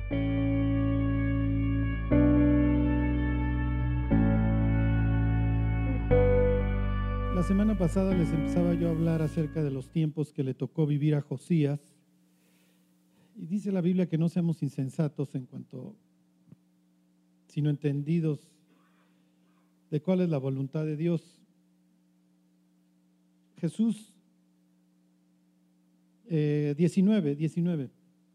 La semana pasada les empezaba yo a hablar acerca de los tiempos que le tocó vivir a Josías. Y dice la Biblia que no seamos insensatos sino entendidos de cuál es la voluntad de Dios. Jesús 19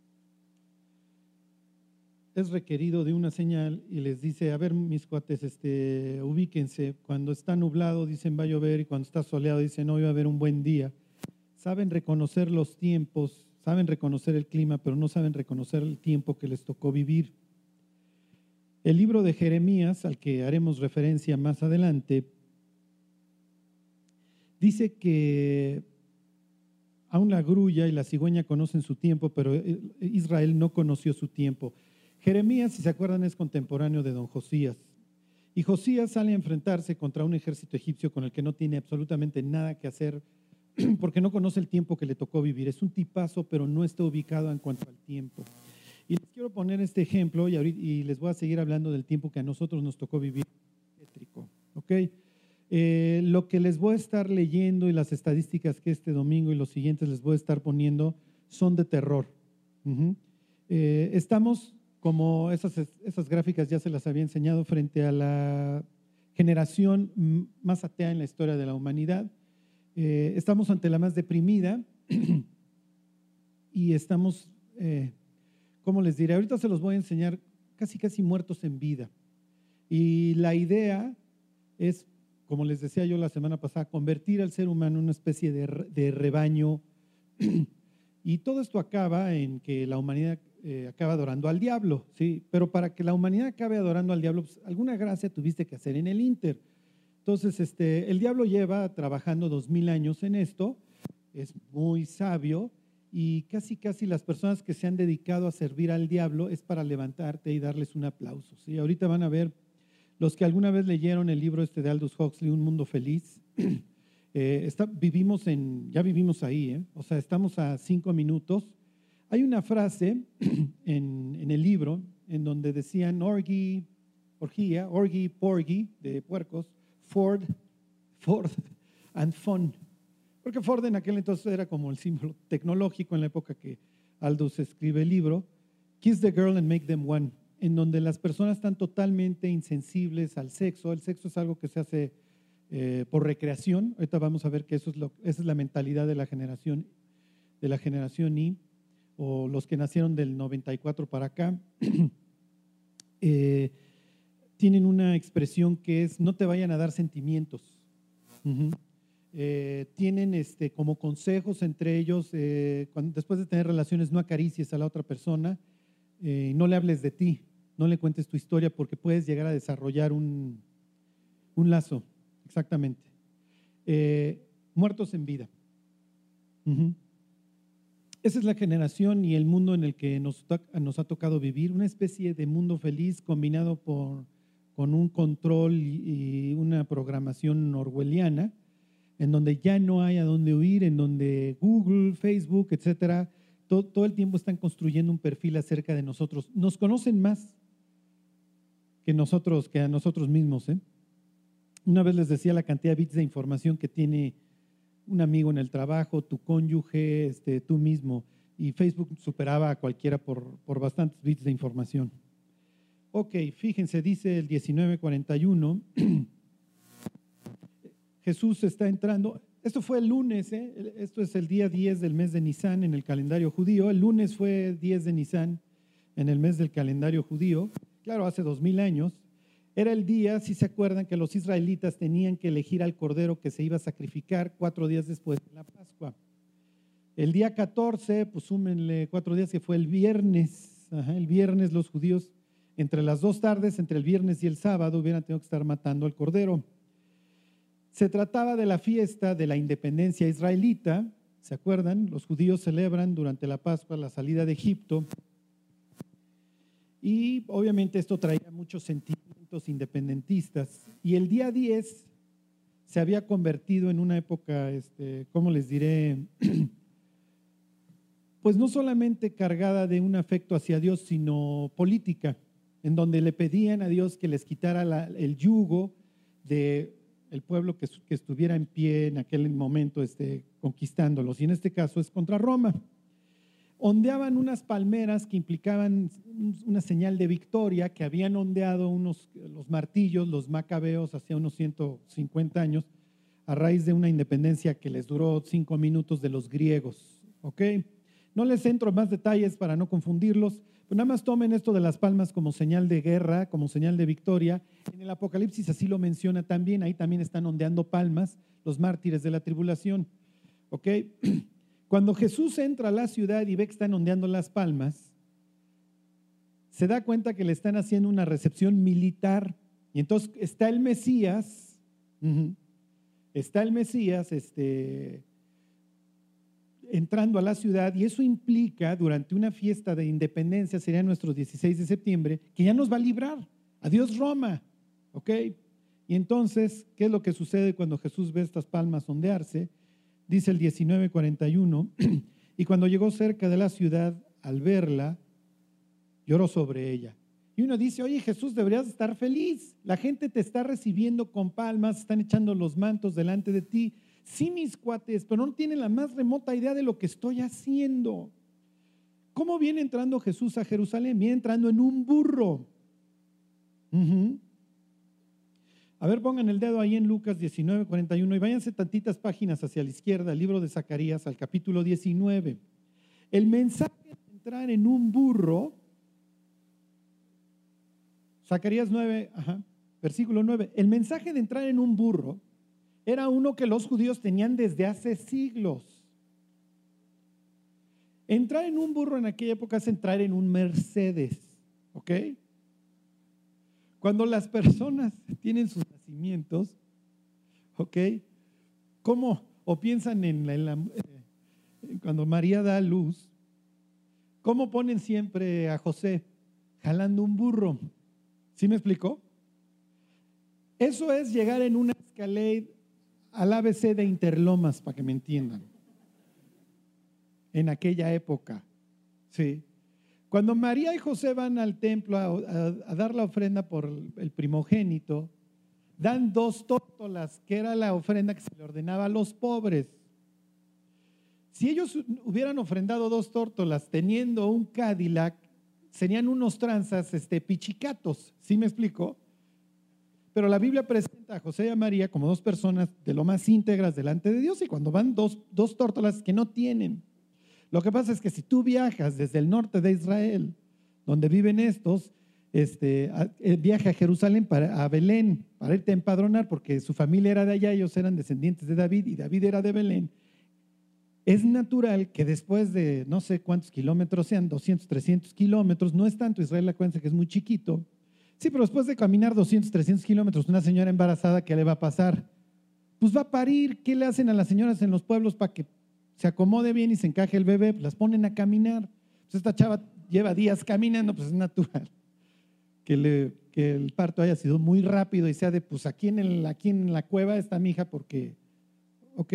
es requerido de una señal y les dice: a ver, mis cuates, ubíquense. Cuando está nublado dicen va a llover, y cuando está soleado dicen hoy va a haber un buen día. Saben reconocer los tiempos, saben reconocer el clima, pero no saben reconocer el tiempo que les tocó vivir. El libro de Jeremías, al que haremos referencia más adelante, dice que aún la grulla y la cigüeña conocen su tiempo, pero Israel no conoció su tiempo. Jeremías, si se acuerdan, es contemporáneo de don Josías. Y Josías sale a enfrentarse contra un ejército egipcio con el que no tiene absolutamente nada que hacer, porque no conoce el tiempo que le tocó vivir. Es un tipazo, pero no está ubicado en cuanto al tiempo. Y les quiero poner este ejemplo y les voy a seguir hablando del tiempo que a nosotros nos tocó vivir. ¿Ok? Lo que les voy a estar leyendo y las estadísticas que este domingo y los siguientes les voy a estar poniendo son de terror. Estamos, como esas gráficas ya se las había enseñado, frente a la generación más atea en la historia de la humanidad. Estamos ante la más deprimida y estamos, ¿cómo les diré? Ahorita se los voy a enseñar casi muertos en vida. Y la idea es, como les decía yo la semana pasada, convertir al ser humano en una especie de rebaño. Y todo esto acaba en que la humanidad acaba adorando al diablo, ¿sí? Pero para que la humanidad acabe adorando al diablo, pues, alguna gracia tuviste que hacer en el Inter. Entonces, el diablo lleva trabajando 2000 años en esto, es muy sabio, y casi las personas que se han dedicado a servir al diablo es para levantarte y darles un aplauso, ¿sí? Ahorita van a ver, los que alguna vez leyeron el libro de Aldous Huxley, Un Mundo Feliz, ya vivimos ahí, o sea, estamos a 5 minutos. Hay una frase en el libro en donde decían orgía, porgy, de puercos, Ford and fun. Porque Ford en aquel entonces era como el símbolo tecnológico en la época que Aldous escribe el libro. Kiss the girl and make them one, en donde las personas están totalmente insensibles al sexo. El sexo es algo que se hace por recreación. Ahorita vamos a ver que esa es la mentalidad de la generación Y, o los que nacieron del 94 para acá. Tienen una expresión que es: no te vayan a dar sentimientos. Tienen como consejos entre ellos, después de tener relaciones, no acaricies a la otra persona, no le hables de ti, no le cuentes tu historia, porque puedes llegar a desarrollar un lazo. Exactamente. Muertos en vida. Esa es la generación y el mundo en el que nos ha tocado vivir, una especie de mundo feliz combinado con un control y una programación orwelliana, en donde ya no hay a dónde huir, en donde Google, Facebook, etcétera, todo el tiempo están construyendo un perfil acerca de nosotros. Nos conocen más que a nosotros mismos, ¿eh? Una vez les decía la cantidad de bits de información que tiene un amigo en el trabajo, tu cónyuge, tú mismo, y Facebook superaba a cualquiera por bastantes bits de información. Ok, fíjense, dice el 19:41, Jesús está entrando. Esto fue el lunes, esto es el día 10 del mes de Nisan en el calendario judío. El lunes fue 10 de Nisan en el mes del calendario judío. Claro, hace 2000 años. Era el día, si se acuerdan, que los israelitas tenían que elegir al cordero que se iba a sacrificar 4 días después de la Pascua. El día 14, pues súmenle 4 días, que fue el viernes. El viernes los judíos, entre las 2 tardes, entre el viernes y el sábado, hubieran tenido que estar matando al cordero. Se trataba de la fiesta de la independencia israelita. ¿Se acuerdan? Los judíos celebran durante la Pascua la salida de Egipto. Y obviamente esto traía muchos sentimientos independentistas. Y el día 10 se había convertido en una época, ¿cómo les diré? pues no solamente cargada de un afecto hacia Dios, sino política, en donde le pedían a Dios que les quitara el yugo del pueblo que estuviera en pie en aquel momento conquistándolos. Y en este caso es contra Roma. Ondeaban unas palmeras que implicaban una señal de victoria, que habían ondeado los martillos, los macabeos, hace unos 150 años, a raíz de una independencia que les duró 5 minutos de los griegos. ¿Ok? No les entro en más detalles para no confundirlos, pero nada más tomen esto de las palmas como señal de guerra, como señal de victoria. En el Apocalipsis así lo menciona también, ahí también están ondeando palmas los mártires de la tribulación. ¿Ok? Cuando Jesús entra a la ciudad y ve que están ondeando las palmas, se da cuenta que le están haciendo una recepción militar. Y entonces está el Mesías, entrando a la ciudad, y eso implica, durante una fiesta de independencia, sería nuestro 16 de septiembre, que ya nos va a librar. Adiós Roma, ¿ok? Y entonces, ¿qué es lo que sucede cuando Jesús ve estas palmas ondearse? Dice el 19:41, y cuando llegó cerca de la ciudad, al verla, lloró sobre ella. Y uno dice, oye Jesús, deberías estar feliz, la gente te está recibiendo con palmas, están echando los mantos delante de ti. Sí, mis cuates, pero no tienen la más remota idea de lo que estoy haciendo. ¿Cómo viene entrando Jesús a Jerusalén? Viene entrando en un burro. A ver, pongan el dedo ahí en Lucas 19:41 y váyanse tantitas páginas hacia la izquierda, el libro de Zacarías, al capítulo 19. El mensaje de entrar en un burro, Zacarías 9, versículo 9, el mensaje de entrar en un burro era uno que los judíos tenían desde hace siglos. Entrar en un burro en aquella época es entrar en un Mercedes, ¿ok? Cuando las personas tienen sus nacimientos, ¿ok? ¿Cómo? O piensan cuando María da a luz, ¿cómo ponen siempre a José? Jalando un burro. ¿Sí me explicó? Eso es llegar en una Escalade al ABC de Interlomas, para que me entiendan. En aquella época, ¿sí? Cuando María y José van al templo a dar la ofrenda por el primogénito, dan 2 tórtolas, que era la ofrenda que se le ordenaba a los pobres. Si ellos hubieran ofrendado 2 tórtolas teniendo un Cadillac, serían unos tranzas pichicatos, ¿sí me explico? Pero la Biblia presenta a José y a María como 2 personas de lo más íntegras delante de Dios, y cuando van dos tórtolas que no tienen. Lo que pasa es que si tú viajas desde el norte de Israel, donde viven estos, viaja a Jerusalén, a Belén, para irte a empadronar, porque su familia era de allá, ellos eran descendientes de David y David era de Belén. Es natural que después de no sé cuántos kilómetros sean, 200, 300 kilómetros, no es tanto, Israel, acuérdense que es muy chiquito. Sí, pero después de caminar 200, 300 kilómetros, una señora embarazada, ¿qué le va a pasar? Pues va a parir. ¿Qué le hacen a las señoras en los pueblos para que se acomode bien y se encaje el bebé? Pues las ponen a caminar. Pues esta chava lleva días caminando, pues es natural que el parto haya sido muy rápido y sea de, pues aquí en la cueva está mi hija porque, ¿ok?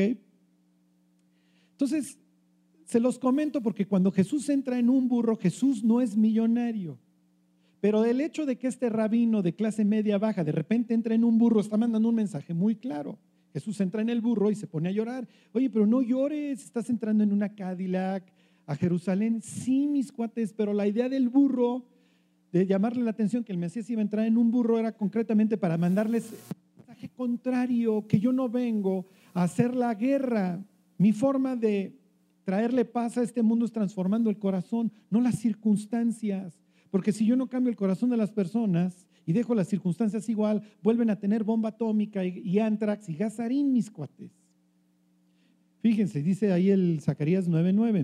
Entonces, se los comento porque cuando Jesús entra en un burro, Jesús no es millonario. Pero el hecho de que este rabino de clase media baja de repente entra en un burro está mandando un mensaje muy claro. Jesús entra en el burro y se pone a llorar. Oye, pero no llores, estás entrando en una Cadillac a Jerusalén. Sí, mis cuates, pero la idea del burro, de llamarle la atención que el Mesías iba a entrar en un burro, era concretamente para mandarles un mensaje contrario, que yo no vengo a hacer la guerra. Mi forma de traerle paz a este mundo es transformando el corazón, no las circunstancias. Porque si yo no cambio el corazón de las personas y dejo las circunstancias igual, vuelven a tener bomba atómica y antrax y gasarín, mis cuates. Fíjense, dice ahí el Zacarías 9:9.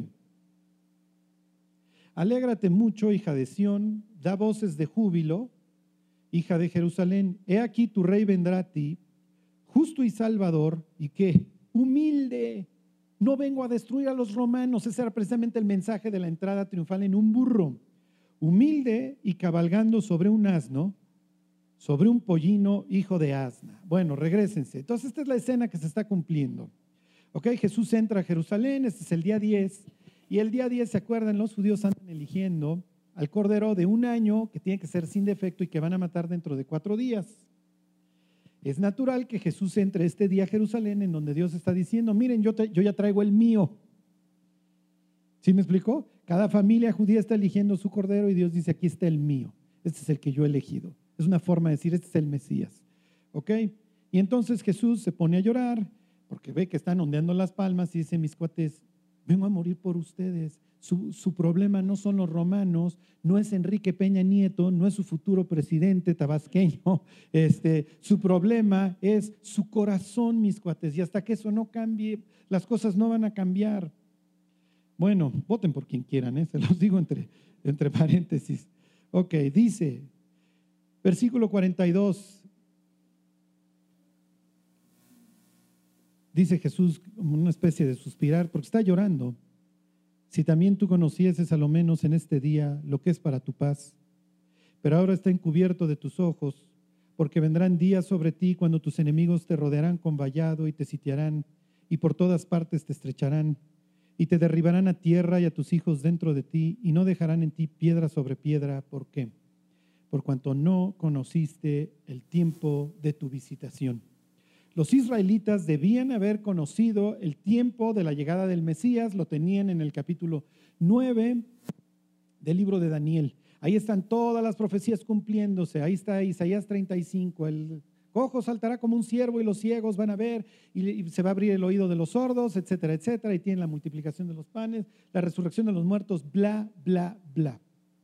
Alégrate mucho, hija de Sión, da voces de júbilo, hija de Jerusalén. He aquí tu rey vendrá a ti, justo y salvador, ¿y qué? Humilde. No vengo a destruir a los romanos. Ese era precisamente el mensaje de la entrada triunfal en un burro. Humilde y cabalgando sobre un asno, sobre un pollino, hijo de asna. Bueno, regrésense. Entonces esta es la escena que se está cumpliendo. Ok, Jesús entra a Jerusalén, este es el día 10, Y el día 10, ¿se acuerdan? Los judíos andan eligiendo al cordero de un año que tiene que ser sin defecto y que van a matar dentro de 4 días. Es natural que Jesús entre este día a Jerusalén en donde Dios está diciendo, miren, yo ya traigo el mío. ¿Sí me explicó? Cada familia judía está eligiendo su cordero y Dios dice, aquí está el mío. Este es el que yo he elegido. Es una forma de decir, este es el Mesías. ¿Ok? Y entonces Jesús se pone a llorar porque ve que están ondeando las palmas y dice, mis cuates, vengo a morir por ustedes. Su problema no son los romanos, no es Enrique Peña Nieto, no es su futuro presidente tabasqueño. Su problema es su corazón, mis cuates. Y hasta que eso no cambie, las cosas no van a cambiar. Bueno, voten por quien quieran, se los digo entre paréntesis. Ok, dice, versículo 42. Dice Jesús como una especie de suspirar, porque está llorando. Si también tú conocieses a lo menos en este día lo que es para tu paz, pero ahora está encubierto de tus ojos, porque vendrán días sobre ti cuando tus enemigos te rodearán con vallado y te sitiarán, y por todas partes te estrecharán, y te derribarán a tierra y a tus hijos dentro de ti, y no dejarán en ti piedra sobre piedra. ¿Por qué? Por cuanto no conociste el tiempo de tu visitación. Los israelitas debían haber conocido el tiempo de la llegada del Mesías, lo tenían en el capítulo 9 del libro de Daniel. Ahí están todas las profecías cumpliéndose, ahí está Isaías 35, el cojo saltará como un ciervo y los ciegos van a ver y se va a abrir el oído de los sordos, etcétera, etcétera, y tienen la multiplicación de los panes, la resurrección de los muertos, bla, bla, bla.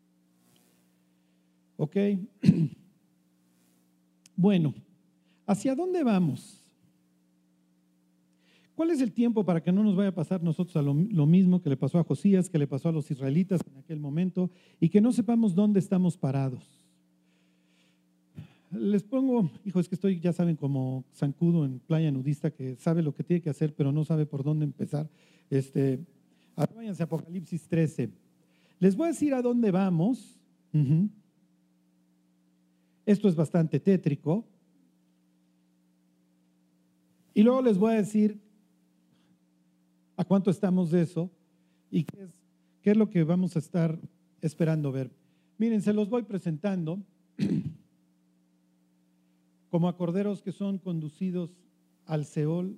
¿Ok? Bueno, ¿hacia dónde vamos? ¿Cuál es el tiempo para que no nos vaya a pasar nosotros a lo mismo que le pasó a Josías, que le pasó a los israelitas en aquel momento, y que no sepamos dónde estamos parados? Les pongo, es que estoy, ya saben, como zancudo en playa nudista, que sabe lo que tiene que hacer, pero no sabe por dónde empezar. Ahora váyanse a Apocalipsis 13. Les voy a decir a dónde vamos. Esto es bastante tétrico. Y luego les voy a decir a cuánto estamos de eso y qué es lo que vamos a estar esperando ver. Miren, se los voy presentando como a corderos que son conducidos al Seol.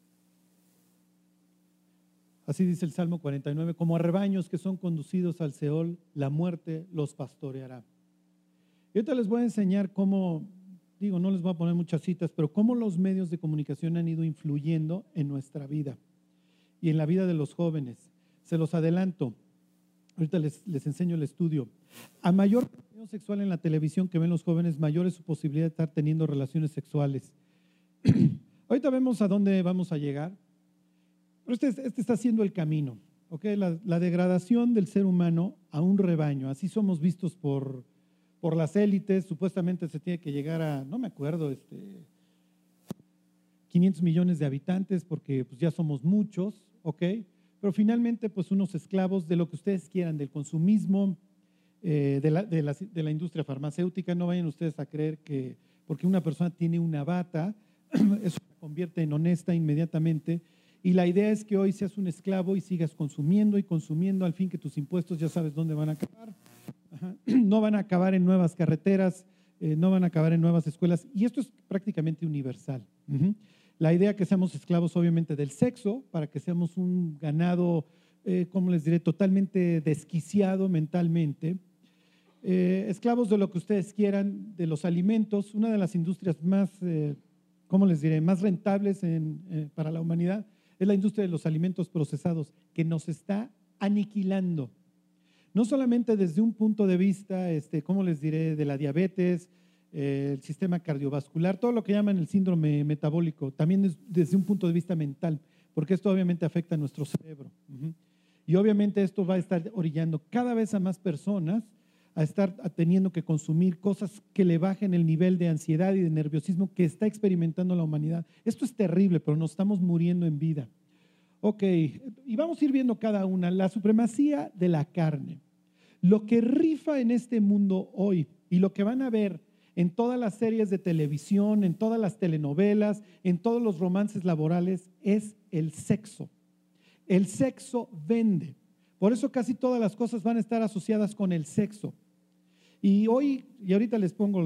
Así dice el Salmo 49, como a rebaños que son conducidos al Seol, la muerte los pastoreará. Y ahorita les voy a enseñar cómo, no les voy a poner muchas citas, pero cómo los medios de comunicación han ido influyendo en nuestra vida y en la vida de los jóvenes. Se los adelanto, ahorita les enseño el estudio. A mayor contenido sexual en la televisión que ven los jóvenes, mayor es su posibilidad de estar teniendo relaciones sexuales. Ahorita vemos a dónde vamos a llegar, pero este está siendo el camino, ¿ok? La degradación del ser humano a un rebaño, así somos vistos por las élites. Supuestamente se tiene que llegar a, no me acuerdo, 500 millones de habitantes, porque pues ya somos muchos, ¿ok? Pero finalmente pues unos esclavos de lo que ustedes quieran, del consumismo, de la industria farmacéutica. No vayan ustedes a creer que porque una persona tiene una bata, eso se convierte en honesta inmediatamente. Y la idea es que hoy seas un esclavo y sigas consumiendo y consumiendo, al fin que tus impuestos ya sabes dónde van a acabar. No van a acabar en nuevas carreteras, no van a acabar en nuevas escuelas, y esto es prácticamente universal. La idea que seamos esclavos obviamente del sexo, para que seamos un ganado, ¿cómo les diré?, totalmente desquiciado mentalmente. Esclavos de lo que ustedes quieran, de los alimentos. Una de las industrias más, ¿cómo les diré?, más rentables para la humanidad es la industria de los alimentos procesados, que nos está aniquilando. No solamente desde un punto de vista, ¿cómo les diré?, de la diabetes, el sistema cardiovascular, todo lo que llaman el síndrome metabólico, también desde un punto de vista mental, porque esto obviamente afecta a nuestro cerebro. Y obviamente esto va a estar orillando cada vez a más personas a estar teniendo que consumir cosas que le bajen el nivel de ansiedad y de nerviosismo que está experimentando la humanidad. Esto es terrible, pero nos estamos muriendo en vida. Ok, y vamos a ir viendo cada una. La supremacía de la carne. Lo que rifa en este mundo hoy y lo que van a ver en todas las series de televisión, en todas las telenovelas, en todos los romances laborales, es el sexo. El sexo vende. Por eso casi todas las cosas van a estar asociadas con el sexo. Y ahorita les pongo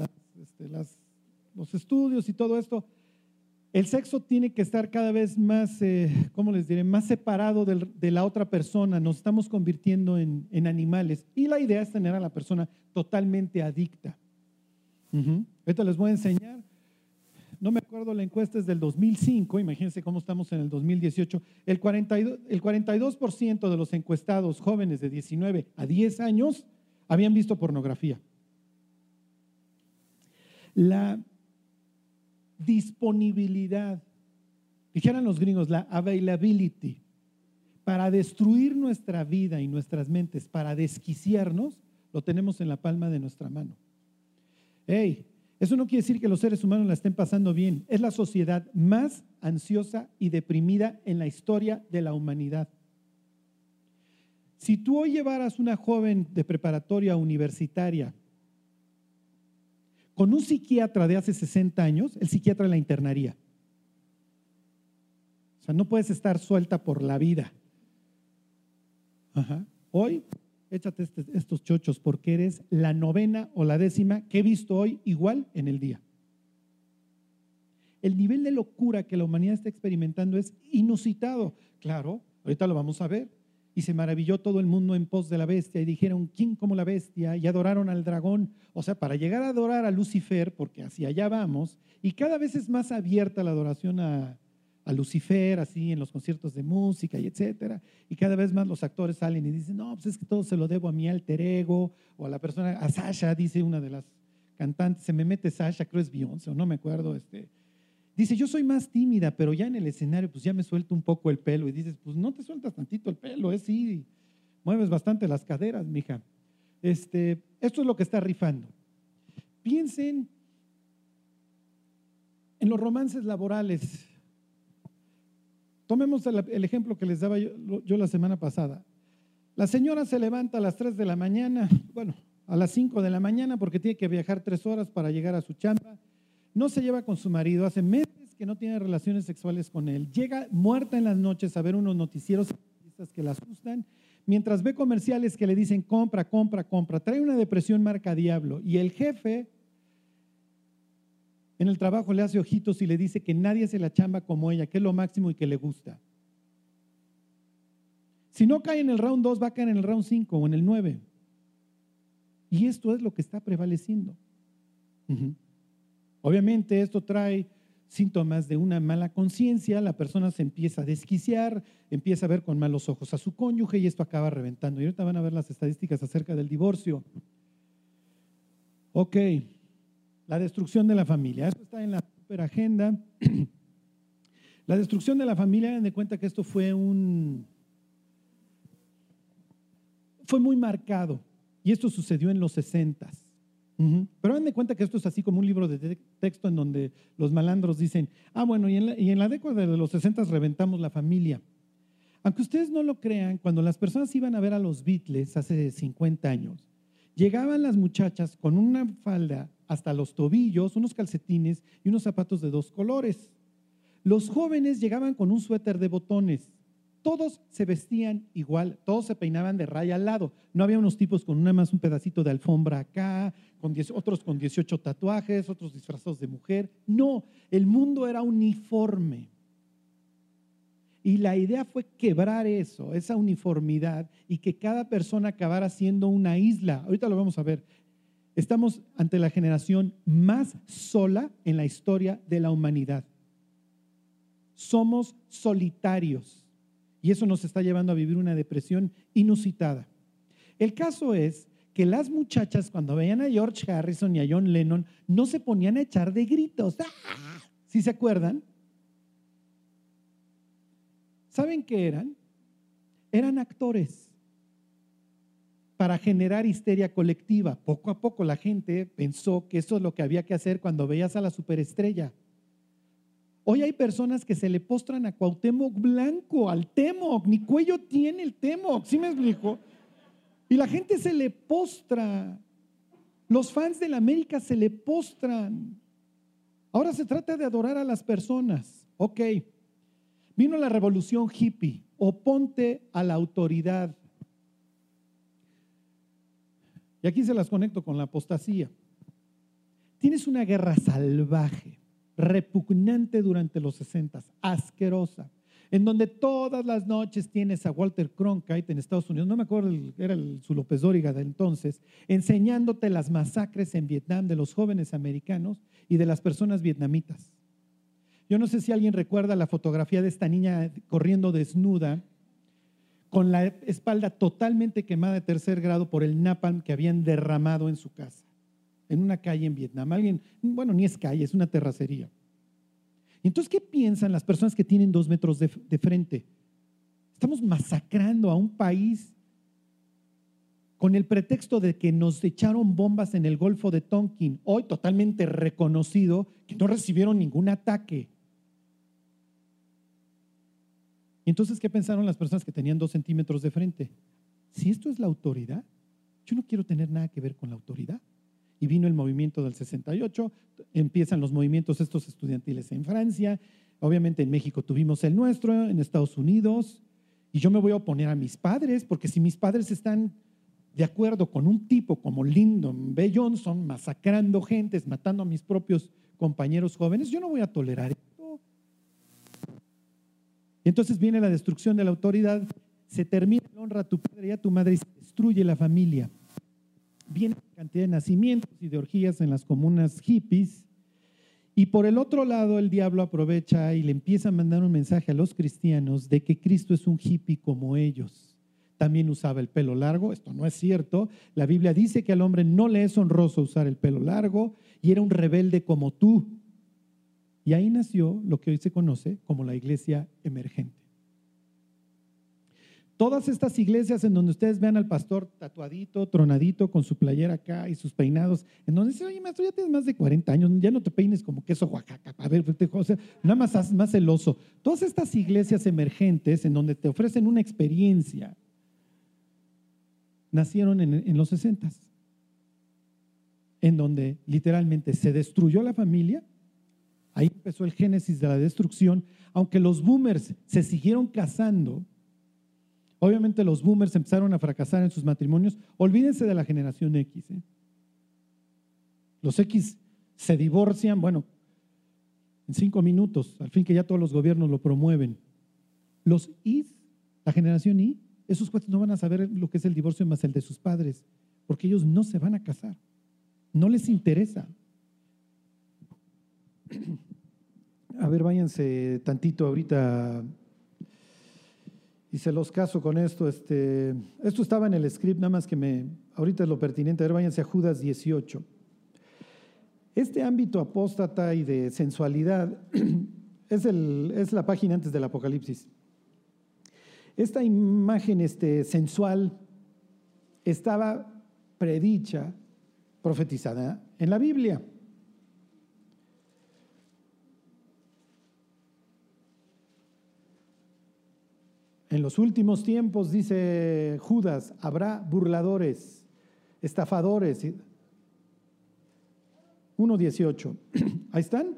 los estudios y todo esto. El sexo tiene que estar cada vez más, ¿cómo les diré?, más separado de la otra persona. Nos estamos convirtiendo en animales. Y la idea es tener a la persona totalmente adicta. Ahorita les voy a enseñar. No me acuerdo, la encuesta es del 2005, imagínense cómo estamos en el 2018. El 42% de los encuestados jóvenes de 19 a 10 años habían visto pornografía. La disponibilidad, dijeran los gringos, la availability, para destruir nuestra vida y nuestras mentes, para desquiciarnos, lo tenemos en la palma de nuestra mano. Eso no quiere decir que los seres humanos la estén pasando bien. Es la sociedad más ansiosa y deprimida en la historia de la humanidad. Si tú hoy llevaras una joven de preparatoria universitaria con un psiquiatra de hace 60 años, el psiquiatra la internaría. O sea, no puedes estar suelta por la vida. Hoy, échate estos chochos porque eres la 9ª o la 10ª que he visto hoy igual en el día. El nivel de locura que la humanidad está experimentando es inusitado. Claro, ahorita lo vamos a ver. Y se maravilló todo el mundo en pos de la bestia y dijeron, ¿quién como la bestia? Y adoraron al dragón. O sea, para llegar a adorar a Lucifer, porque hacia allá vamos, y cada vez es más abierta la adoración a Lucifer, así en los conciertos de música y etcétera, y cada vez más los actores salen y dicen, no, pues es que todo se lo debo a mi alter ego, o a la persona, a Sasha, dice una de las cantantes, se me mete Sasha, creo es Beyoncé, o no me acuerdo, dice, yo soy más tímida, pero ya en el escenario, pues ya me suelto un poco el pelo, y dices, pues no te sueltas tantito el pelo, sí, mueves bastante las caderas, mija. Esto es lo que está rifando. Piensen en los romances laborales. Tomemos el ejemplo que les daba yo la semana pasada. La señora se levanta a las 3 de la mañana, bueno, a las 5 de la mañana porque tiene que viajar 3 horas para llegar a su chamba. No se lleva con su marido, hace meses que no tiene relaciones sexuales con él. Llega muerta en las noches a ver unos noticieros que la asustan, mientras ve comerciales que le dicen compra, compra, compra. Trae una depresión marca diablo y el jefe en el trabajo le hace ojitos y le dice que nadie hace la chamba como ella, que es lo máximo y que le gusta. Si no cae en el round 2, va a caer en el round 5 o en el 9. Y esto es lo que está prevaleciendo. Obviamente esto trae síntomas de una mala conciencia, la persona se empieza a desquiciar, empieza a ver con malos ojos a su cónyuge y esto acaba reventando. Y ahorita van a ver las estadísticas acerca del divorcio. Ok, la destrucción de la familia. Esto está en la superagenda. La destrucción de la familia, hagan de cuenta que esto fue muy marcado y esto sucedió en los 60s. Pero hagan de cuenta que esto es así como un libro de texto en donde los malandros dicen, bueno, y en la década de los 60 reventamos la familia. Aunque ustedes no lo crean, cuando las personas iban a ver a los Beatles hace 50 años, llegaban las muchachas con una falda hasta los tobillos, unos calcetines y unos zapatos de 2 colores. Los jóvenes llegaban con un suéter de botones. Todos se vestían igual, todos se peinaban de raya al lado. No había unos tipos con nada más un pedacito de alfombra acá, otros con 18 tatuajes, otros disfrazados de mujer. No, el mundo era uniforme. Y la idea fue quebrar eso, esa uniformidad, y que cada persona acabara siendo una isla. Ahorita lo vamos a ver. Estamos ante la generación más sola en la historia de la humanidad. Somos solitarios. Y eso nos está llevando a vivir una depresión inusitada. El caso es que las muchachas cuando veían a George Harrison y a John Lennon no se ponían a echar de gritos. ¡Ah! ¿Sí se acuerdan? ¿Saben qué eran? Eran actores para generar histeria colectiva. Poco a poco la gente pensó que eso es lo que había que hacer cuando veías a la superestrella. Hoy hay personas que se le postran a Cuauhtémoc Blanco, al Temoc, ni cuello tiene el Temoc, ¿sí me explico? Y la gente se le postra, los fans de la América se le postran. Ahora se trata de adorar a las personas. Ok, vino la revolución hippie, oponte a la autoridad. Y aquí se las conecto con la apostasía. Tienes una guerra salvaje, repugnante durante los 60, asquerosa, en donde todas las noches tienes a Walter Cronkite en Estados Unidos, no me acuerdo, era su López Dóriga de entonces, enseñándote las masacres en Vietnam de los jóvenes americanos y de las personas vietnamitas. Yo no sé si alguien recuerda la fotografía de esta niña corriendo desnuda, con la espalda totalmente quemada de 3er grado por el napalm que habían derramado en su casa, en una calle en Vietnam. Bueno, ni es calle, es una terracería. Entonces, ¿qué piensan las personas que tienen 2 metros de frente? Estamos masacrando a un país con el pretexto de que nos echaron bombas en el Golfo de Tonkin, hoy totalmente reconocido que no recibieron ningún ataque. Y entonces, ¿qué pensaron las personas que tenían 2 centímetros de frente? Si esto es la autoridad, yo no quiero tener nada que ver con la autoridad. Y vino el movimiento del 68, empiezan los movimientos estos estudiantiles en Francia, obviamente en México tuvimos el nuestro, en Estados Unidos, y yo me voy a oponer a mis padres, porque si mis padres están de acuerdo con un tipo como Lyndon B. Johnson, masacrando gentes, matando a mis propios compañeros jóvenes, yo no voy a tolerar esto. Y entonces viene la destrucción de la autoridad, se termina el honra a tu padre y a tu madre y se destruye la familia. Viene la cantidad de nacimientos y de orgías en las comunas hippies, y por el otro lado el diablo aprovecha y le empieza a mandar un mensaje a los cristianos de que Cristo es un hippie como ellos. También usaba el pelo largo, esto no es cierto. La Biblia dice que al hombre no le es honroso usar el pelo largo y era un rebelde como tú. Y ahí nació lo que hoy se conoce como la iglesia emergente. Todas estas iglesias en donde ustedes vean al pastor tatuadito, tronadito, con su playera acá y sus peinados, en donde dicen, oye, maestro, ya tienes más de 40 años, ya no te peines como queso Oaxaca, a ver, o sea, nada más celoso. Todas estas iglesias emergentes en donde te ofrecen una experiencia, nacieron en los 60, en donde literalmente se destruyó la familia. Ahí empezó el génesis de la destrucción, aunque los boomers se siguieron casando. Obviamente los boomers empezaron a fracasar en sus matrimonios. Olvídense de la generación X. Los X se divorcian, bueno, en 5 minutos, al fin que ya todos los gobiernos lo promueven. Los Y, la generación Y, esos cuates no van a saber lo que es el divorcio más el de sus padres, porque ellos no se van a casar, no les interesa. A ver, váyanse tantito ahorita. Y se los caso con esto. Esto estaba en el script, nada más que ahorita es lo pertinente. A ver, váyanse a Judas 18. Este ámbito apóstata y de sensualidad es la página antes del Apocalipsis. Esta imagen sensual estaba predicha, profetizada en la Biblia. En los últimos tiempos, dice Judas, habrá burladores, estafadores. 1:18. Ahí están.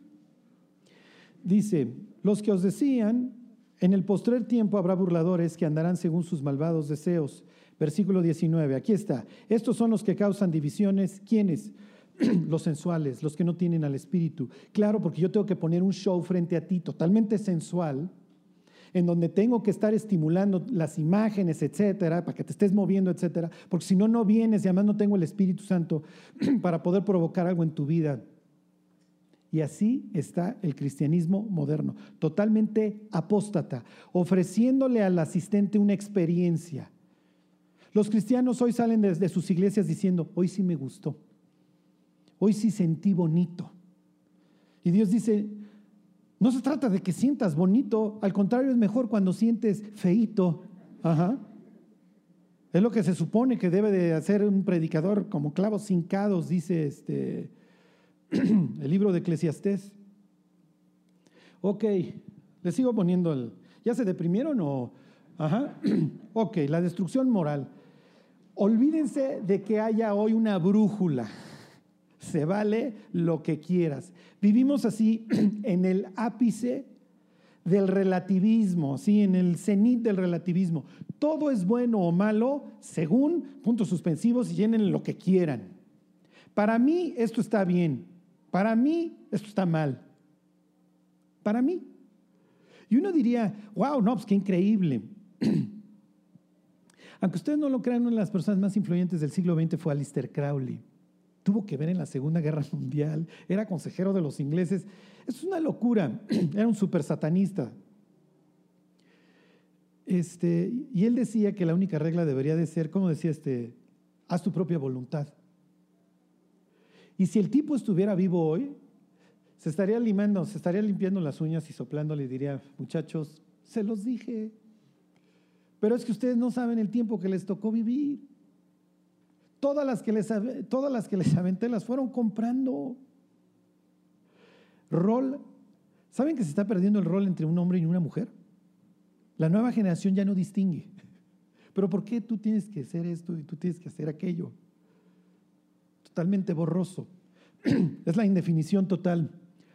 Dice, los que os decían, en el postrer tiempo habrá burladores que andarán según sus malvados deseos. Versículo 19, aquí está. Estos son los que causan divisiones. ¿Quiénes? Los sensuales, los que no tienen al Espíritu. Claro, porque yo tengo que poner un show frente a ti totalmente sensual, en donde tengo que estar estimulando las imágenes, etcétera, para que te estés moviendo, etcétera, porque si no, no vienes y además no tengo el Espíritu Santo para poder provocar algo en tu vida. Y así está el cristianismo moderno, totalmente apóstata, ofreciéndole al asistente una experiencia. Los cristianos hoy salen de sus iglesias diciendo, hoy sí me gustó, hoy sí sentí bonito. Y Dios dice, no se trata de que sientas bonito, al contrario, es mejor cuando sientes feíto. Ajá. Es lo que se supone que debe de hacer un predicador, como clavos hincados, dice el libro de Eclesiastés. Ok, les sigo poniendo ¿ya se deprimieron o? Ajá. Ok, la destrucción moral. Olvídense de que haya hoy una brújula. Se vale lo que quieras. Vivimos así en el ápice del relativismo, ¿sí? En el cenit del relativismo. Todo es bueno o malo según puntos suspensivos y llenen lo que quieran. Para mí esto está bien, para mí esto está mal. Para mí. Y uno diría, wow, no, pues qué increíble. Aunque ustedes no lo crean, una de las personas más influyentes del siglo XX fue Aleister Crowley. Tuvo que ver en la Segunda Guerra Mundial, era consejero de los ingleses. Es una locura, era un súper satanista. Y él decía que la única regla debería de ser, ¿cómo decía? Haz tu propia voluntad. Y si el tipo estuviera vivo hoy, se estaría limpiando las uñas y soplándole y diría, muchachos, se los dije. Pero es que ustedes no saben el tiempo que les tocó vivir. Todas las que les aventé las fueron comprando. ¿Saben que se está perdiendo el rol entre un hombre y una mujer? La nueva generación ya no distingue. Pero ¿por qué tú tienes que hacer esto y tú tienes que hacer aquello? Totalmente borroso. Es la indefinición total.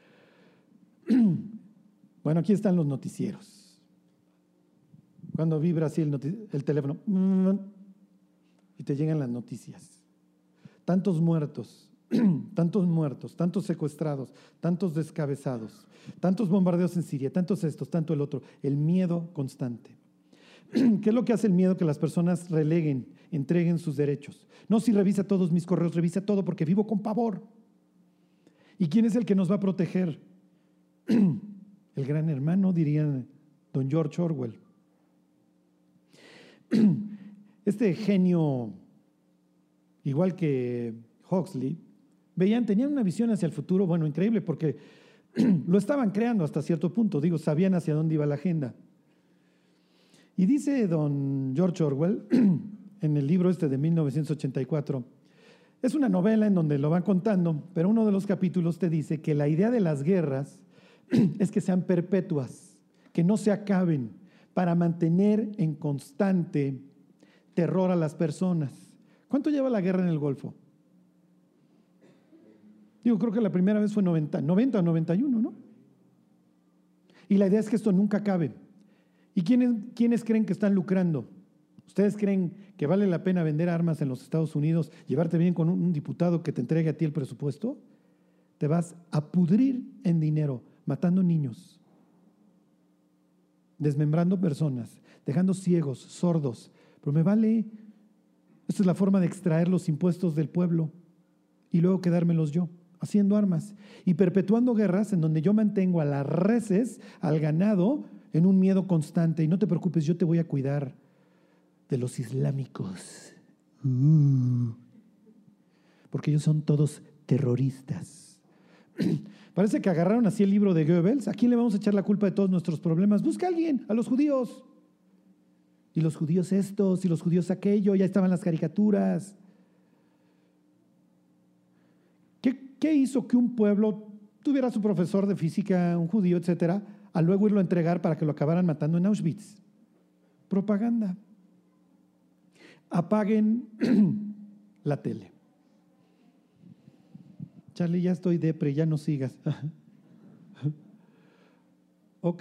Bueno, aquí están los noticieros. Cuando vibra así el teléfono y te llegan las noticias. Tantos muertos, tantos secuestrados, tantos descabezados, tantos bombardeos en Siria, tantos estos, tanto el otro. El miedo constante. ¿Qué es lo que hace el miedo? Que las personas entreguen sus derechos. No, si revisa todos mis correos, revisa todo porque vivo con pavor. ¿Y quién es el que nos va a proteger? El gran hermano, diría don George Orwell. Este genio, igual que Huxley, tenían una visión hacia el futuro, bueno, increíble, porque lo estaban creando hasta cierto punto, sabían hacia dónde iba la agenda. Y dice don George Orwell, en el libro de 1984, es una novela en donde lo van contando, pero uno de los capítulos te dice que la idea de las guerras es que sean perpetuas, que no se acaben, para mantener en constante terror a las personas. ¿Cuánto lleva la guerra en el Golfo? Creo que la primera vez fue 90 o 91, ¿no? Y la idea es que esto nunca acabe. ¿Y quiénes creen que están lucrando? ¿Ustedes creen que vale la pena vender armas en los Estados Unidos, llevarte bien con un diputado que te entregue a ti el presupuesto? Te vas a pudrir en dinero, matando niños, desmembrando personas, dejando ciegos, sordos. Pero me vale. Esta es la forma de extraer los impuestos del pueblo y luego quedármelos yo, haciendo armas y perpetuando guerras en donde yo mantengo a las reses, al ganado, en un miedo constante. Y no te preocupes, yo te voy a cuidar de los islámicos. Porque ellos son todos terroristas. Parece que agarraron así el libro de Goebbels. ¿A quién le vamos a echar la culpa de todos nuestros problemas? Busca a alguien, a los judíos. Y los judíos estos, y los judíos aquello, ya estaban las caricaturas. ¿Qué hizo que un pueblo tuviera su profesor de física, un judío, etcétera, a luego irlo a entregar para que lo acabaran matando en Auschwitz? Propaganda. Apaguen la tele. Charlie, ya estoy depre, ya no sigas. Ok.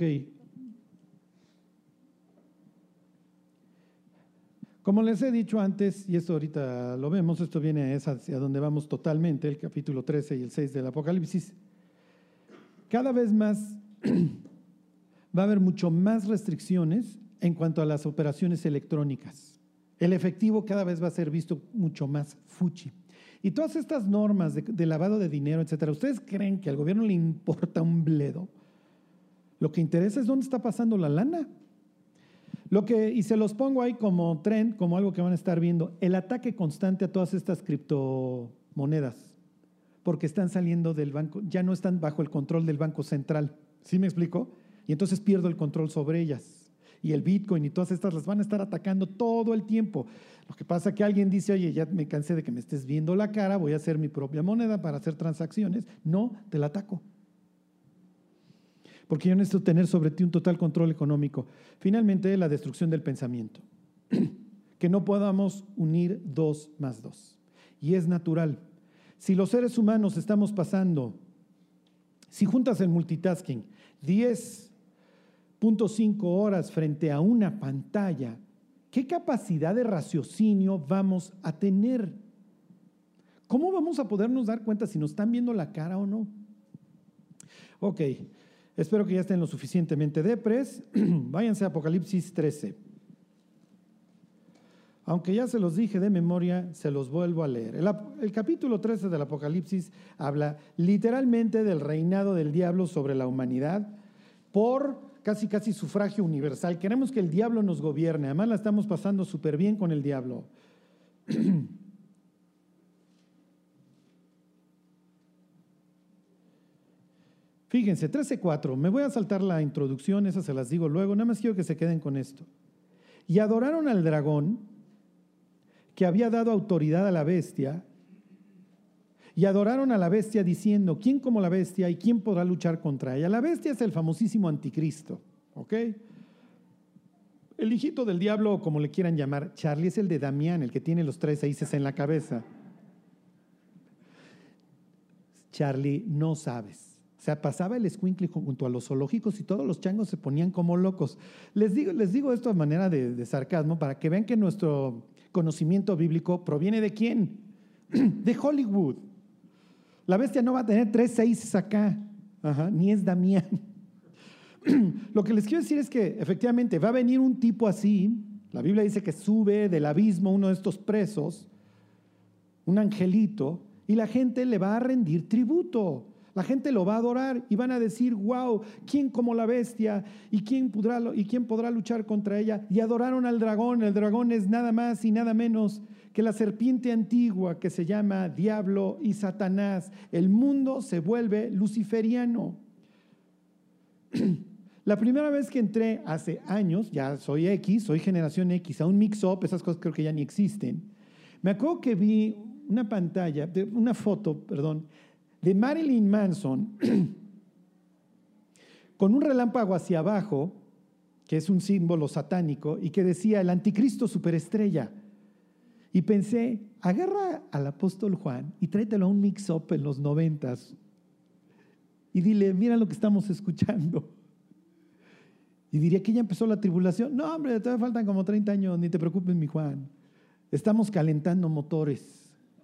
Como les he dicho antes, y esto ahorita lo vemos, esto viene hacia donde vamos totalmente, el capítulo 13 y el 6 del Apocalipsis. Cada vez más va a haber mucho más restricciones en cuanto a las operaciones electrónicas. El efectivo cada vez va a ser visto mucho más fuchi. Y todas estas normas de lavado de dinero, etcétera, ¿ustedes creen que al gobierno le importa un bledo? Lo que interesa es dónde está pasando la lana. Y se los pongo ahí como trend, como algo que van a estar viendo, el ataque constante a todas estas criptomonedas, porque están saliendo del banco, ya no están bajo el control del Banco Central. ¿Sí me explico? Y entonces pierdo el control sobre ellas. Y el Bitcoin y todas estas las van a estar atacando todo el tiempo. Lo que pasa es que alguien dice, oye, ya me cansé de que me estés viendo la cara, voy a hacer mi propia moneda para hacer transacciones. No, te la ataco. Porque yo necesito tener sobre ti un total control económico. Finalmente, la destrucción del pensamiento. Que no podamos unir 2 más 2. Y es natural. Si los seres humanos estamos pasando, si juntas el multitasking, 10 horas frente a una pantalla, ¿qué capacidad de raciocinio vamos a tener? ¿Cómo vamos a podernos dar cuenta si nos están viendo la cara o no? Ok, espero que ya estén lo suficientemente depres. Váyanse a Apocalipsis 13. Aunque ya se los dije de memoria, se los vuelvo a leer. El capítulo 13 del Apocalipsis habla literalmente del reinado del diablo sobre la humanidad por casi sufragio universal. Queremos que el diablo nos gobierne. Además la estamos pasando súper bien con el diablo. Fíjense, 13:4. Me voy a saltar la introducción, esa se las digo luego. Nada más quiero que se queden con esto. Y adoraron al dragón, que había dado autoridad a la bestia, y adoraron a la bestia diciendo, ¿quién como la bestia y quién podrá luchar contra ella? La bestia es el famosísimo anticristo, ¿ok? El hijito del diablo, como le quieran llamar, Charlie, es el de Damián, el que tiene los 3 6 en la cabeza. Charlie, no sabes. O sea, pasaba el escuincle junto a los zoológicos y todos los changos se ponían como locos. Les digo esto de manera de sarcasmo para que vean que nuestro conocimiento bíblico proviene ¿de quién? De Hollywood. La bestia no va a tener 3 6 acá, ni es Damián. Lo que les quiero decir es que efectivamente va a venir un tipo así. La Biblia dice que sube del abismo uno de estos presos, un angelito, y la gente le va a rendir tributo. La gente lo va a adorar y van a decir, wow, ¿quién como la bestia? ¿Y quién podrá luchar contra ella? Y adoraron al dragón. El dragón es nada más y nada menos que la serpiente antigua que se llama Diablo y Satanás. El mundo se vuelve luciferiano. La primera vez que entré hace años, ya soy generación X, a un mix-up, esas cosas creo que ya ni existen. Me acuerdo que vi una foto, de Marilyn Manson con un relámpago hacia abajo, que es un símbolo satánico, y que decía el anticristo superestrella. Y pensé, agarra al apóstol Juan y tráetelo a un mix-up en los 90s y dile, mira lo que estamos escuchando. Y diría que ya empezó la tribulación. No, hombre, todavía faltan como 30 años, ni te preocupes, mi Juan. Estamos calentando motores.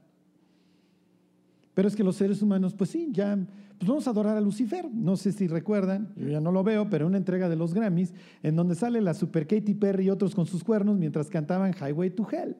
Pero es que los seres humanos, pues sí, ya, pues vamos a adorar a Lucifer. No sé si recuerdan, yo ya no lo veo, pero una entrega de los Grammys, en donde sale la super Katy Perry y otros con sus cuernos mientras cantaban Highway to Hell.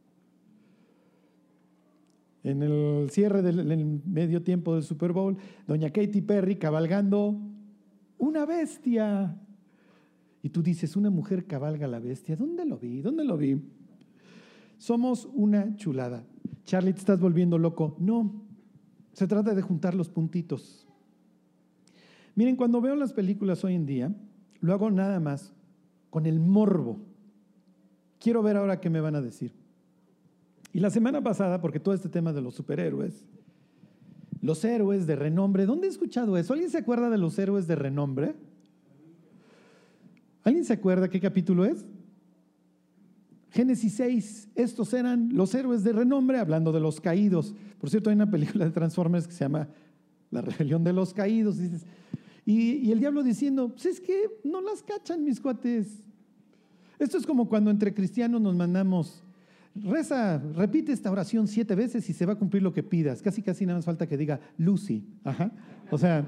En el cierre del medio tiempo del Super Bowl, doña Katy Perry cabalgando una bestia. Y tú dices, una mujer cabalga la bestia. ¿Dónde lo vi? ¿Dónde lo vi? Somos una chulada. Charlie, ¿te estás volviendo loco? No. Se trata de juntar los puntitos. Miren, cuando veo las películas hoy en día, lo hago nada más con el morbo. Quiero ver ahora qué me van a decir. Y la semana pasada, porque todo este tema de los superhéroes, los héroes de renombre, ¿dónde he escuchado eso? ¿Alguien se acuerda de los héroes de renombre? ¿Alguien se acuerda qué capítulo es? Génesis 6, estos eran los héroes de renombre, hablando de los caídos. Por cierto, hay una película de Transformers que se llama La rebelión de los caídos. Y el diablo diciendo, pues es que no las cachan mis cuates. Esto es como cuando entre cristianos nos mandamos, repite esta oración 7 veces y se va a cumplir lo que pidas. Casi nada más falta que diga Lucy. O sea,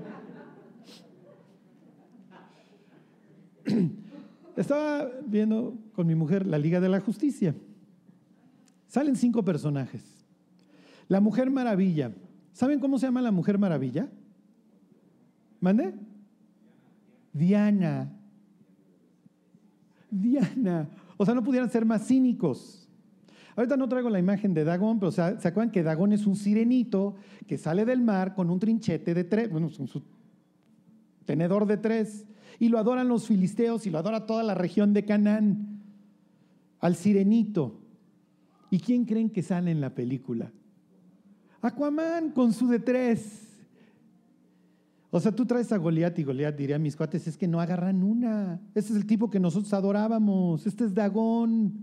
estaba viendo con mi mujer la Liga de la Justicia. Salen 5 personajes. La Mujer Maravilla. ¿Saben cómo se llama la Mujer Maravilla? ¿Mande? Diana. O sea, no pudieran ser más cínicos. Ahorita no traigo la imagen de Dagón, pero ¿se acuerdan que Dagón es un sirenito que sale del mar con un trinchete de 3, con su tenedor de 3? Y lo adoran los filisteos y lo adora toda la región de Canaán, al sirenito. ¿Y quién creen que sale en la película? Aquaman con su de 3. O sea, tú traes a Goliat y Goliat diría a mis cuates, es que no agarran una. Este es el tipo que nosotros adorábamos. Este es Dagón.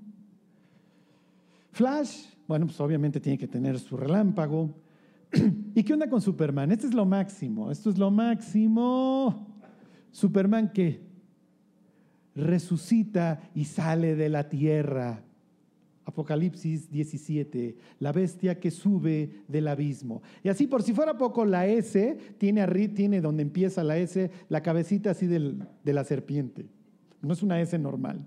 Flash, bueno, pues obviamente tiene que tener su relámpago. ¿Y qué onda con Superman? Esto es lo máximo. ¿Superman qué? resucita y sale de la tierra. Apocalipsis 17, la bestia que sube del abismo. Y así, por si fuera poco, la S tiene donde empieza la S, la cabecita así de la serpiente. No es una S normal.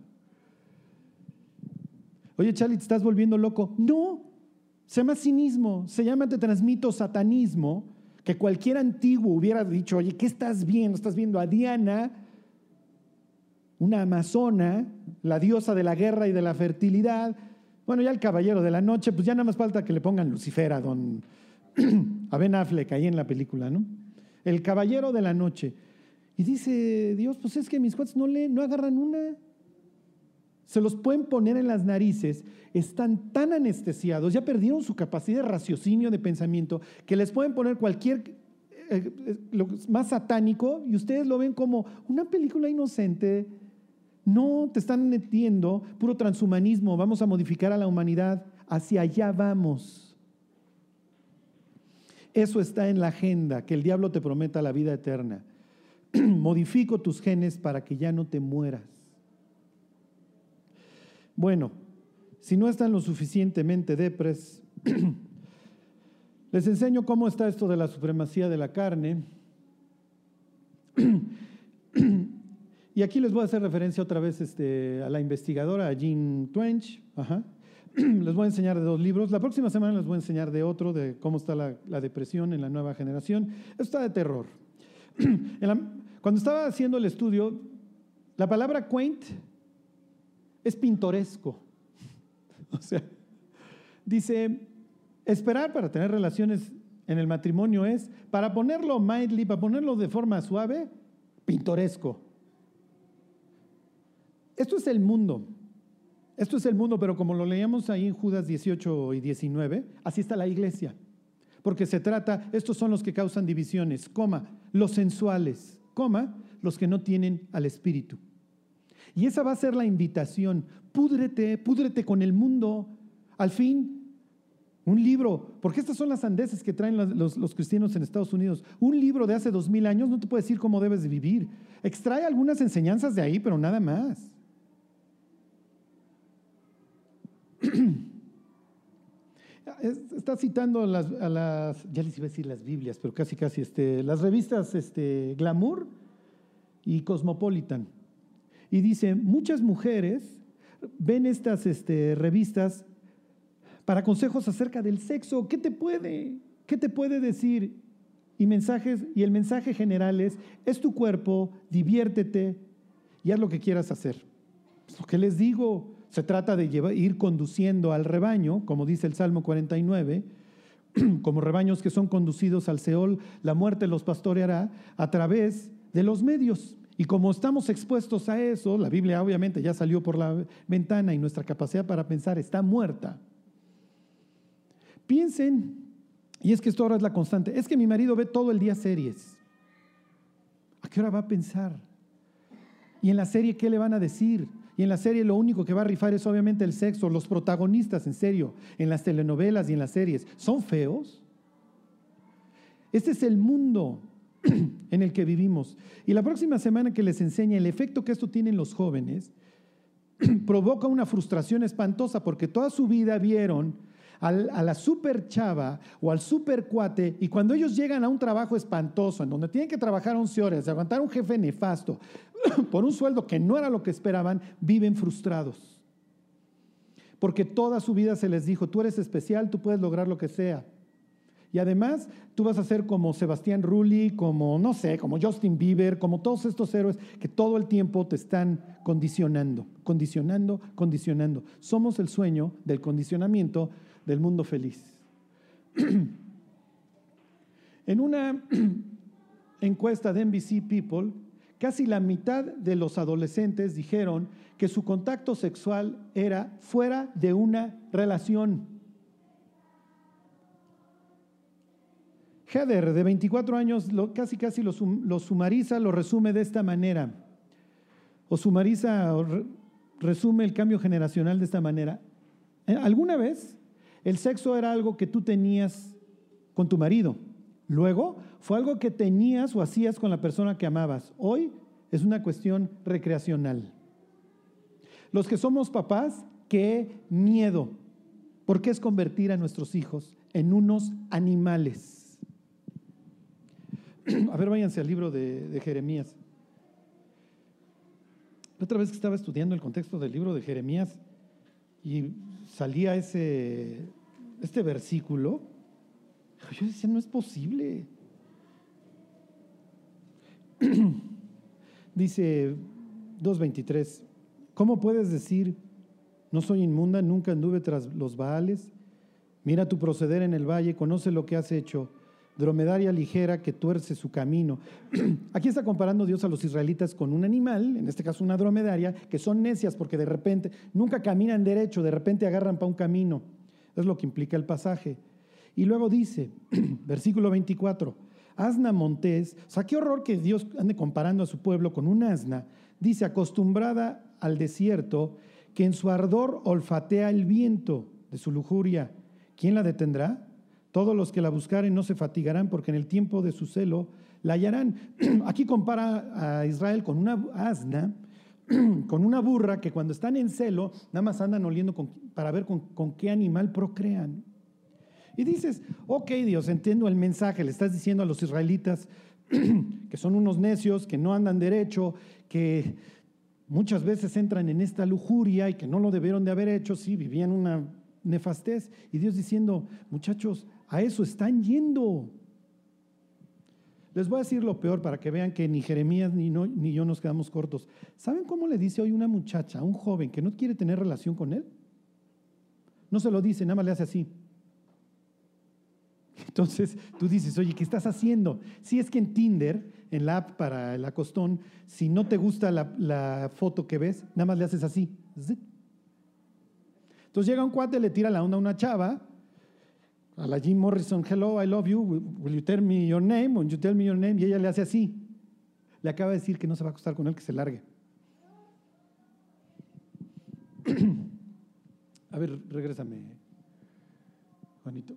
Oye, Charlie, ¿te estás volviendo loco? No, se llama cinismo, se llama, te transmito, satanismo, que cualquier antiguo hubiera dicho, oye, ¿qué estás viendo? Estás viendo a Diana, una amazona, la diosa de la guerra y de la fertilidad. Bueno, ya el caballero de la noche, pues ya nada más falta que le pongan Lucifer a a Ben Affleck ahí en la película, ¿no? El caballero de la noche. Y dice Dios, pues es que mis cuates no agarran una. Se los pueden poner en las narices, están tan anestesiados, ya perdieron su capacidad de raciocinio, de pensamiento, que les pueden poner cualquier, lo más satánico, y ustedes lo ven como una película inocente. No, te están metiendo puro transhumanismo, vamos a modificar a la humanidad, hacia allá vamos. Eso está en la agenda, que el diablo te prometa la vida eterna. Modifico tus genes para que ya no te mueras. Bueno, si no están lo suficientemente depres, les enseño cómo está esto de la supremacía de la carne. Y aquí les voy a hacer referencia otra vez a la investigadora, a Jean Twenge. Les voy a enseñar de 2 libros. La próxima semana les voy a enseñar de otro, de cómo está la depresión en la nueva generación. Esto está de terror. Cuando estaba haciendo el estudio, la palabra quaint es pintoresco. O sea, dice, esperar para tener relaciones en el matrimonio es, para ponerlo mildly, para ponerlo de forma suave, pintoresco. Esto es el mundo, pero como lo leíamos ahí en Judas 18 y 19, así está la iglesia. Porque se trata, estos son los que causan divisiones, los sensuales, los que no tienen al Espíritu. Y esa va a ser la invitación, púdrete con el mundo, al fin, un libro, porque estas son las sandeces que traen los cristianos en Estados Unidos. Un libro de hace 2000 años no te puede decir cómo debes de vivir. Extrae algunas enseñanzas de ahí, pero nada más. Está citando ya les iba a decir las Biblias, pero casi, las revistas Glamour y Cosmopolitan. Y dice, muchas mujeres ven estas revistas para consejos acerca del sexo. ¿Qué te puede decir? Y el mensaje general es tu cuerpo, diviértete y haz lo que quieras hacer. Es lo que les digo. Se trata de ir conduciendo al rebaño, como dice el Salmo 49, como rebaños que son conducidos al Seol, la muerte los pastoreará a través de los medios. Y como estamos expuestos a eso, la Biblia obviamente ya salió por la ventana y nuestra capacidad para pensar está muerta. Piensen, y es que esto ahora es la constante, es que mi marido ve todo el día series. ¿A qué hora va a pensar? ¿Y en la serie qué le van a decir? Y en la serie lo único que va a rifar es obviamente el sexo. Los protagonistas, en serio, en las telenovelas y en las series, ¿son feos? Este es el mundo en el que vivimos. Y la próxima semana que les enseñe el efecto que esto tiene en los jóvenes, provoca una frustración espantosa porque toda su vida vieron a la super chava o al super cuate, y cuando ellos llegan a un trabajo espantoso en donde tienen que trabajar 11 horas, aguantar a un jefe nefasto por un sueldo que no era lo que esperaban, viven frustrados porque toda su vida se les dijo, tú eres especial, tú puedes lograr lo que sea, y además tú vas a ser como Sebastián Rulli, como no sé, como Justin Bieber, como todos estos héroes que todo el tiempo te están condicionando. Somos el sueño del condicionamiento del mundo feliz. En una encuesta de NBC People, casi la mitad de los adolescentes dijeron que su contacto sexual era fuera de una relación. Heather, de 24 años, casi lo sumariza, lo resume de esta manera. Resume el cambio generacional de esta manera. ¿Alguna vez el sexo era algo que tú tenías con tu marido? Luego fue algo que tenías o hacías con la persona que amabas. Hoy es una cuestión recreacional. Los que somos papás, qué miedo, porque es convertir a nuestros hijos en unos animales. A ver, váyanse al libro de Jeremías. La otra vez que estaba estudiando el contexto del libro de Jeremías y salía este versículo, yo decía, no es posible. Dice 2:23, ¿cómo puedes decir, no soy inmunda, nunca anduve tras los Baales? Mira tu proceder en el valle, conoce lo que has hecho, dromedaria ligera que tuerce su camino. Aquí está comparando Dios a los israelitas con un animal, en este caso una dromedaria, que son necias porque de repente nunca caminan derecho, de repente agarran para un camino. Es lo que implica el pasaje. Y luego dice, versículo 24, asna montés, o sea, qué horror que Dios ande comparando a su pueblo con un asna. Dice, acostumbrada al desierto, que en su ardor olfatea el viento de su lujuria. ¿Quién la detendrá? Todos los que la buscaren no se fatigarán, porque en el tiempo de su celo la hallarán. Aquí compara a Israel con una asna, con una burra que cuando están en celo, nada más andan oliendo para ver con qué animal procrean. Y dices, ok Dios, entiendo el mensaje, le estás diciendo a los israelitas que son unos necios, que no andan derecho, que muchas veces entran en esta lujuria y que no lo debieron de haber hecho, sí, vivían una nefastez. Y Dios diciendo, muchachos, a eso están yendo. Les voy a decir lo peor para que vean que ni Jeremías ni yo nos quedamos cortos. ¿Saben cómo le dice hoy una muchacha a un joven que no quiere tener relación con él? No se lo dice, nada más le hace así. Entonces tú dices, oye, ¿qué estás haciendo? Si es que en Tinder, en la app para el acostón, si no te gusta la foto que ves, nada más le haces así. Entonces llega un cuate, le tira la onda a una chava, a la Jim Morrison, hello, I love you, will you tell me your name? Will you tell me your name? Y ella le hace así. Le acaba de decir que no se va a acostar con él, que se largue. A ver, regrésame, Juanito.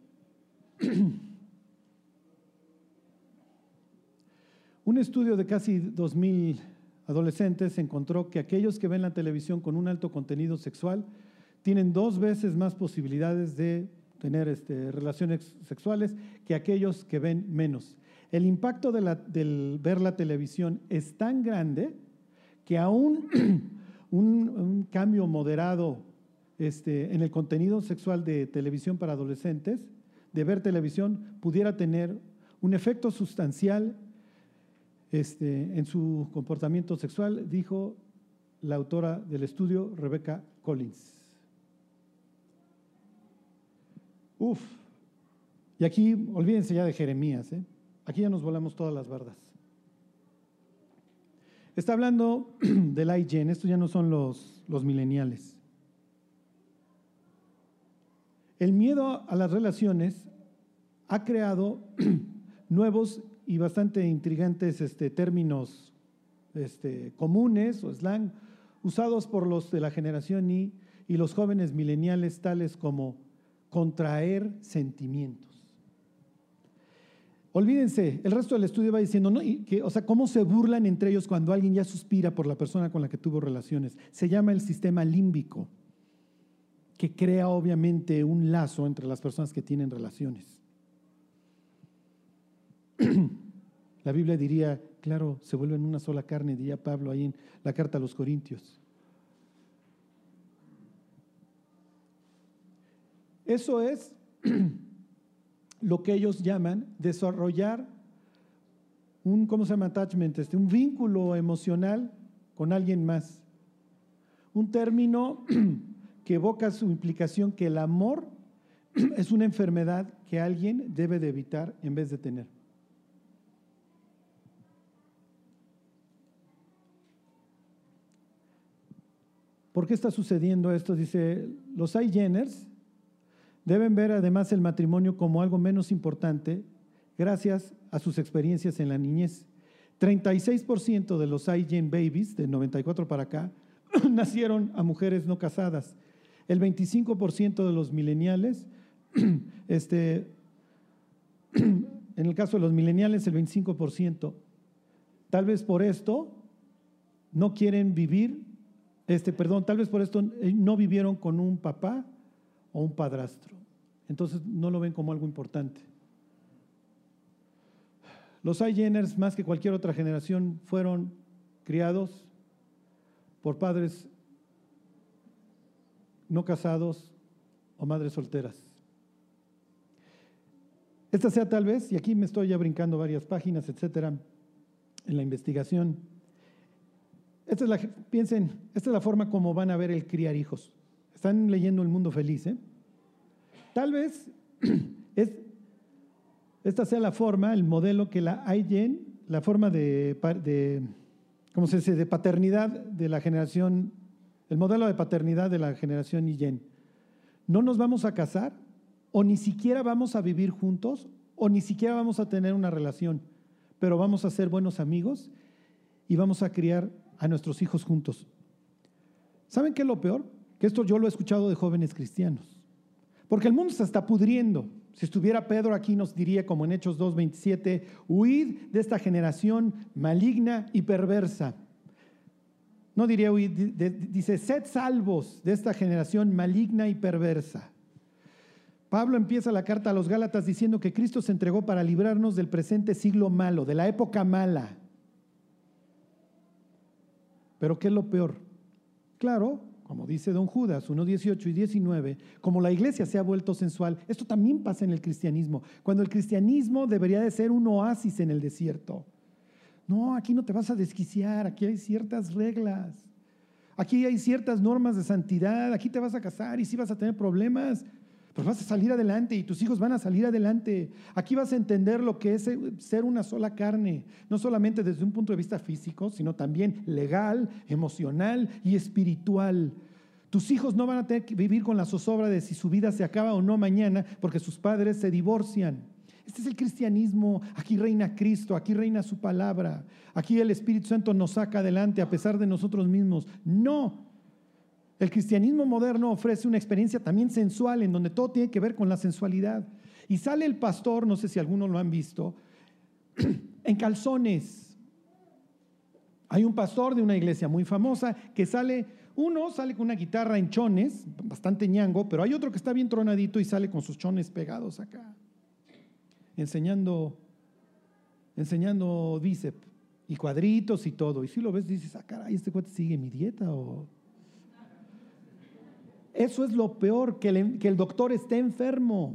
Un estudio de casi 2,000 adolescentes encontró que aquellos que ven la televisión con un alto contenido sexual tienen 2 veces más posibilidades de tener relaciones sexuales que aquellos que ven menos. El impacto del ver la televisión es tan grande que aún un cambio moderado en el contenido sexual de televisión para adolescentes, de ver televisión, pudiera tener un efecto sustancial en su comportamiento sexual, dijo la autora del estudio, Rebecca Collins. Y aquí, olvídense ya de Jeremías, aquí ya nos volamos todas las bardas. Está hablando del iGen, estos ya no son los millennials. El miedo a las relaciones ha creado nuevos y bastante intrigantes términos comunes o slang usados por los de la generación Y y los jóvenes millennials, tales como contraer sentimientos. Olvídense, el resto del estudio va diciendo, ¿no? ¿Cómo se burlan entre ellos cuando alguien ya suspira por la persona con la que tuvo relaciones? Se llama el sistema límbico, que crea obviamente un lazo entre las personas que tienen relaciones. La Biblia diría, claro, se vuelven una sola carne, diría Pablo ahí en la carta a los Corintios. Eso es lo que ellos llaman desarrollar un, ¿cómo se llama? Attachment, un vínculo emocional con alguien más. Un término que evoca su implicación que el amor es una enfermedad que alguien debe de evitar en vez de tener. ¿Por qué está sucediendo esto? Dice, los iGeners deben ver además el matrimonio como algo menos importante gracias a sus experiencias en la niñez. 36% de los iGen babies, del 94 para acá, nacieron a mujeres no casadas. El 25% de los millennials, en el caso de los millennials, el 25%. Tal vez por esto no quieren vivir Tal vez por esto no vivieron con un papá o un padrastro. Entonces no lo ven como algo importante. Los Jenners, más que cualquier otra generación, fueron criados por padres no casados o madres solteras. Esta sea tal vez, y aquí me estoy ya brincando varias páginas, etcétera, en la investigación. Piensen, esta es la forma como van a ver el criar hijos. Están leyendo El Mundo Feliz, ¿eh? Tal vez esta sea la forma, el modelo que la Ayen, la forma de paternidad de la generación, el modelo de paternidad de la generación Yen. No nos vamos a casar, o ni siquiera vamos a vivir juntos, o ni siquiera vamos a tener una relación, pero vamos a ser buenos amigos y vamos a criar a nuestros hijos juntos. ¿Saben qué es lo peor? Que esto yo lo he escuchado de jóvenes cristianos. Porque el mundo se está pudriendo. Si estuviera Pedro aquí nos diría, como en Hechos 2:27, huid de esta generación maligna y perversa. No diría huid, dice, sed salvos de esta generación maligna y perversa. Pablo empieza la carta a los Gálatas diciendo que Cristo se entregó para librarnos del presente siglo malo, de la época mala. Pero ¿qué es lo peor? Claro, como dice don Judas 1:18 y 19, como la iglesia se ha vuelto sensual, esto también pasa en el cristianismo, cuando el cristianismo debería de ser un oasis en el desierto. No, aquí no te vas a desquiciar, aquí hay ciertas reglas, aquí hay ciertas normas de santidad, aquí te vas a casar y sí vas a tener problemas, pero vas a salir adelante y tus hijos van a salir adelante. Aquí vas a entender lo que es ser una sola carne, no solamente desde un punto de vista físico, sino también legal, emocional y espiritual. Tus hijos no van a tener que vivir con la zozobra de si su vida se acaba o no mañana porque sus padres se divorcian. Este es el cristianismo. Aquí reina Cristo, aquí reina su palabra. Aquí el Espíritu Santo nos saca adelante a pesar de nosotros mismos. No. El cristianismo moderno ofrece una experiencia también sensual en donde todo tiene que ver con la sensualidad. Y sale el pastor, no sé si algunos lo han visto, en calzones. Hay un pastor de una iglesia muy famosa que sale con una guitarra en chones, bastante ñango, pero hay otro que está bien tronadito y sale con sus chones pegados acá, enseñando bíceps y cuadritos y todo. Y si lo ves dices, caray, ¿este cuate sigue mi dieta o...? Eso es lo peor, que el doctor esté enfermo.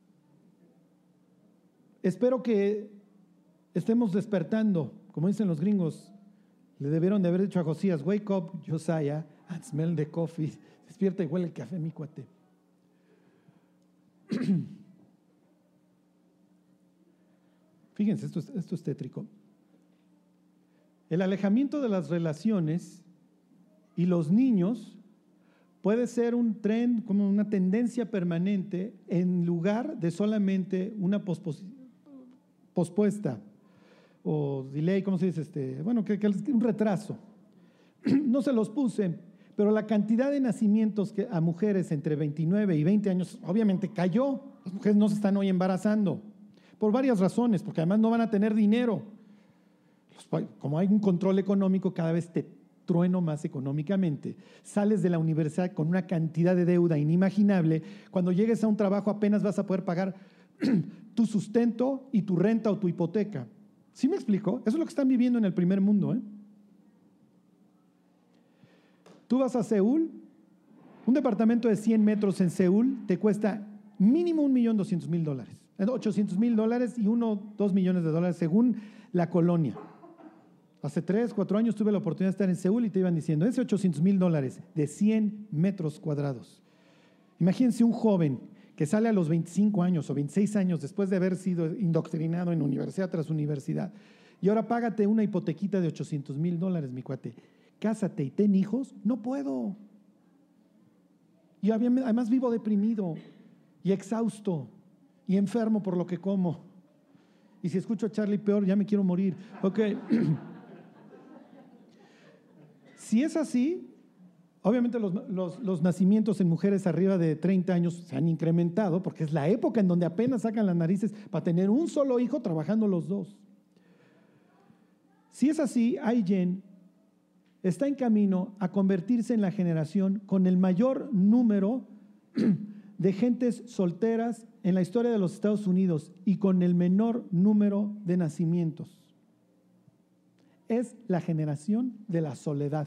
Espero que estemos despertando, como dicen los gringos. Le debieron de haber dicho a Josías, wake up, Josiah, and smell the coffee. Despierta y huele el café, mi cuate. Fíjense, esto es tétrico. El alejamiento de las relaciones y los niños puede ser un trend, como una tendencia permanente, en lugar de solamente una pospuesta o delay, ¿cómo se dice? Un retraso. No se los puse, pero la cantidad de nacimientos a mujeres entre 29 y 20 años obviamente cayó. Las mujeres no se están hoy embarazando por varias razones, porque además no van a tener dinero. Como hay un control económico, cada vez te trueno más económicamente. Sales de la universidad con una cantidad de deuda inimaginable. Cuando llegues a un trabajo apenas vas a poder pagar tu sustento y tu renta o tu hipoteca. ¿Sí me explico? Eso es lo que están viviendo en el primer mundo, ¿eh? Tú vas a Seúl, un departamento de 100 metros en Seúl te cuesta mínimo $1,200,000, $800,000 y $2 millones según la colonia. Hace 3, 4 años tuve la oportunidad de estar en Seúl y te iban diciendo, ese $800,000 de 100 metros cuadrados. Imagínense un joven que sale a los 25 años o 26 años después de haber sido indoctrinado en universidad tras universidad y ahora págate una hipotequita de $800,000, mi cuate. Cásate y ten hijos. No puedo. Y además vivo deprimido y exhausto y enfermo por lo que como. Y si escucho a Charlie peor, ya me quiero morir. Ok. Si es así, obviamente los nacimientos en mujeres arriba de 30 años se han incrementado porque es la época en donde apenas sacan las narices para tener un solo hijo trabajando los dos. Si es así, Jen está en camino a convertirse en la generación con el mayor número de gentes solteras en la historia de los Estados Unidos y con el menor número de nacimientos. Es la generación de la soledad.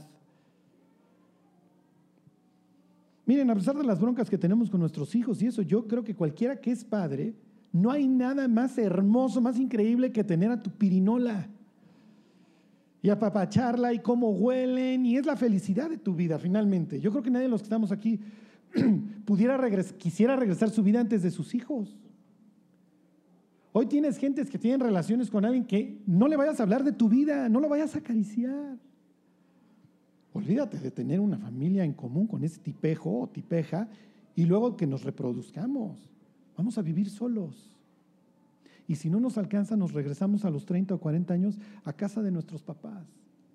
Miren, a pesar de las broncas que tenemos con nuestros hijos y eso, yo creo que cualquiera que es padre, no hay nada más hermoso, más increíble que tener a tu pirinola y apapacharla y cómo huelen, y es la felicidad de tu vida finalmente. Yo creo que nadie de los que estamos aquí quisiera regresar su vida antes de sus hijos. Hoy tienes gentes que tienen relaciones con alguien que no le vayas a hablar de tu vida, no lo vayas a acariciar. Olvídate de tener una familia en común con ese tipejo o tipeja y luego que nos reproduzcamos. Vamos a vivir solos. Y si no nos alcanza, nos regresamos a los 30 o 40 años a casa de nuestros papás.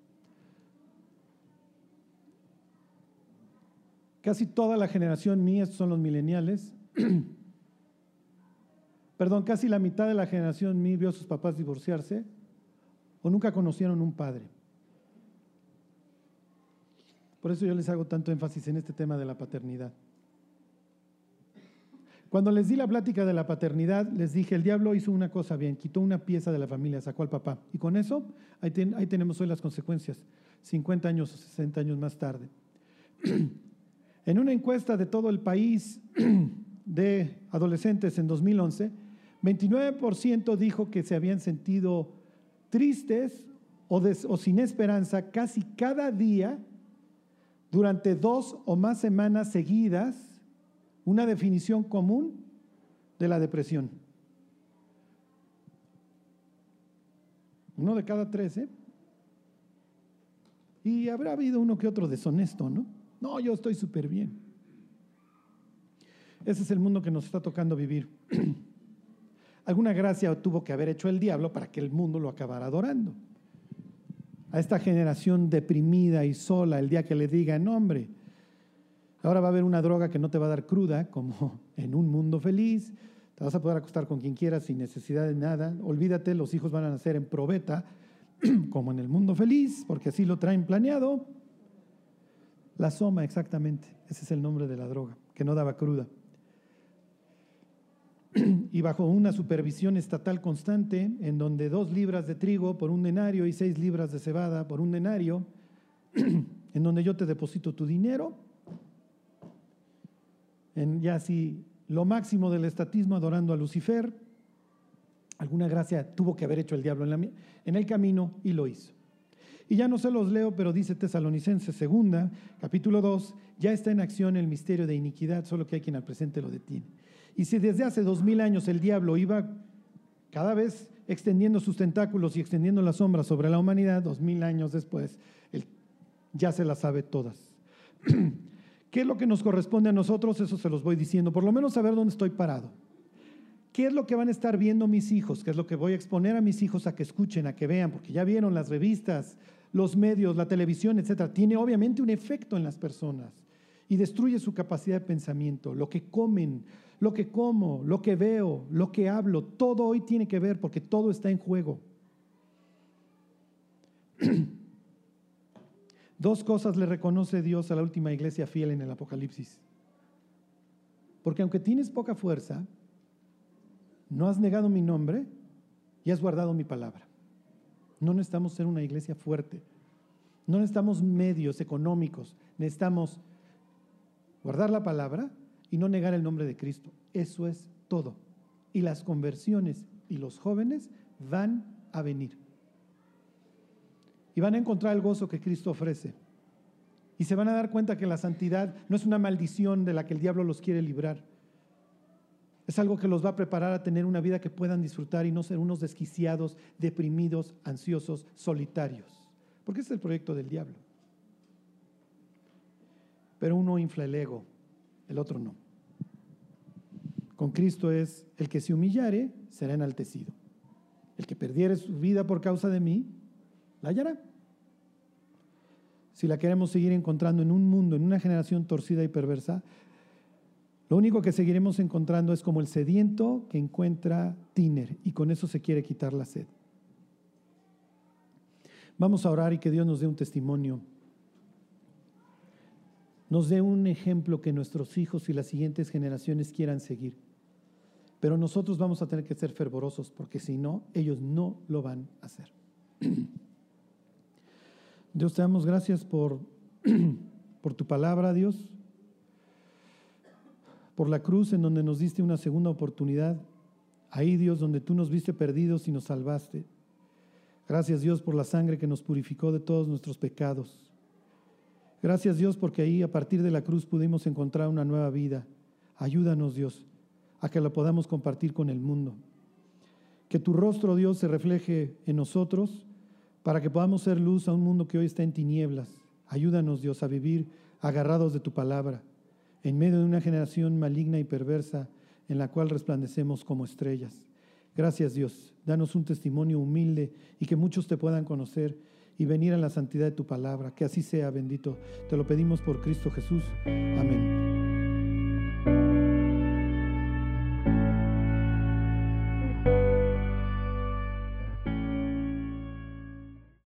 Casi toda la generación mía, estos son los millennials, casi la mitad de la generación mía vio a sus papás divorciarse o nunca conocieron un padre. Por eso yo les hago tanto énfasis en este tema de la paternidad. Cuando les di la plática de la paternidad, les dije, el diablo hizo una cosa bien, quitó una pieza de la familia, sacó al papá. Y con eso, ahí tenemos hoy las consecuencias, 50 años o 60 años más tarde. En una encuesta de todo el país de adolescentes en 2011, 29% dijo que se habían sentido tristes o sin esperanza casi cada día durante 2 o más semanas seguidas, una definición común de la depresión. 1 de cada 3, Y habrá habido uno que otro deshonesto, ¿no? No, yo estoy súper bien. Ese es el mundo que nos está tocando vivir. Alguna gracia tuvo que haber hecho el diablo para que el mundo lo acabara adorando. A esta generación deprimida y sola, el día que le digan, no, hombre, ahora va a haber una droga que no te va a dar cruda, como en un mundo feliz, te vas a poder acostar con quien quieras sin necesidad de nada, olvídate, los hijos van a nacer en probeta, como en el mundo feliz, porque así lo traen planeado. La soma, exactamente, ese es el nombre de la droga, que no daba cruda. Y bajo una supervisión estatal constante, en donde 2 libras de trigo por 1 denario y 6 libras de cebada por 1 denario, en donde yo te deposito tu dinero, en ya así lo máximo del estatismo adorando a Lucifer. Alguna gracia tuvo que haber hecho el diablo en el camino y lo hizo. Y ya no se los leo, pero dice Tesalonicenses 2, capítulo 2, ya está en acción el misterio de iniquidad, solo que hay quien al presente lo detiene. Y si desde hace 2000 años el diablo iba cada vez extendiendo sus tentáculos y extendiendo las sombras sobre la humanidad, 2000 años después, él ya se las sabe todas. ¿Qué es lo que nos corresponde a nosotros? Eso se los voy diciendo, por lo menos saber dónde estoy parado. ¿Qué es lo que van a estar viendo mis hijos? ¿Qué es lo que voy a exponer a mis hijos a que escuchen, a que vean? Porque ya vieron las revistas, los medios, la televisión, etcétera. Tiene obviamente un efecto en las personas y destruye su capacidad de pensamiento. Lo que comen, lo que como, lo que veo, lo que hablo, todo hoy tiene que ver porque todo está en juego. 2 cosas le reconoce Dios a la última iglesia fiel en el Apocalipsis. Porque aunque tienes poca fuerza, no has negado mi nombre y has guardado mi palabra. No necesitamos ser una iglesia fuerte. No necesitamos medios económicos. Necesitamos guardar la palabra y no negar el nombre de Cristo. Eso es todo. Y las conversiones y los jóvenes van a venir. Y van a encontrar el gozo que Cristo ofrece. Y se van a dar cuenta que la santidad no es una maldición de la que el diablo los quiere librar. Es algo que los va a preparar a tener una vida que puedan disfrutar y no ser unos desquiciados, deprimidos, ansiosos, solitarios. Porque ese es el proyecto del diablo. Pero uno infla el ego, el otro no. Con Cristo es, el que se humillare será enaltecido. El que perdiere su vida por causa de mí, la hallará. Si la queremos seguir encontrando en un mundo, en una generación torcida y perversa, lo único que seguiremos encontrando es como el sediento que encuentra tiner, y con eso se quiere quitar la sed. Vamos a orar y que Dios nos dé un testimonio nos dé un ejemplo que nuestros hijos y las siguientes generaciones quieran seguir. Pero nosotros vamos a tener que ser fervorosos, porque si no, ellos no lo van a hacer. Dios, te damos gracias por tu palabra, Dios, por la cruz en donde nos diste una segunda oportunidad. Ahí, Dios, donde tú nos viste perdidos y nos salvaste. Gracias, Dios, por la sangre que nos purificó de todos nuestros pecados. Gracias, Dios, porque ahí a partir de la cruz pudimos encontrar una nueva vida. Ayúdanos, Dios, a que la podamos compartir con el mundo. Que tu rostro, Dios, se refleje en nosotros para que podamos ser luz a un mundo que hoy está en tinieblas. Ayúdanos, Dios, a vivir agarrados de tu palabra, en medio de una generación maligna y perversa en la cual resplandecemos como estrellas. Gracias, Dios. Danos un testimonio humilde y que muchos te puedan conocer y venir a la santidad de tu palabra. Que así sea, bendito. Te lo pedimos por Cristo Jesús. Amén.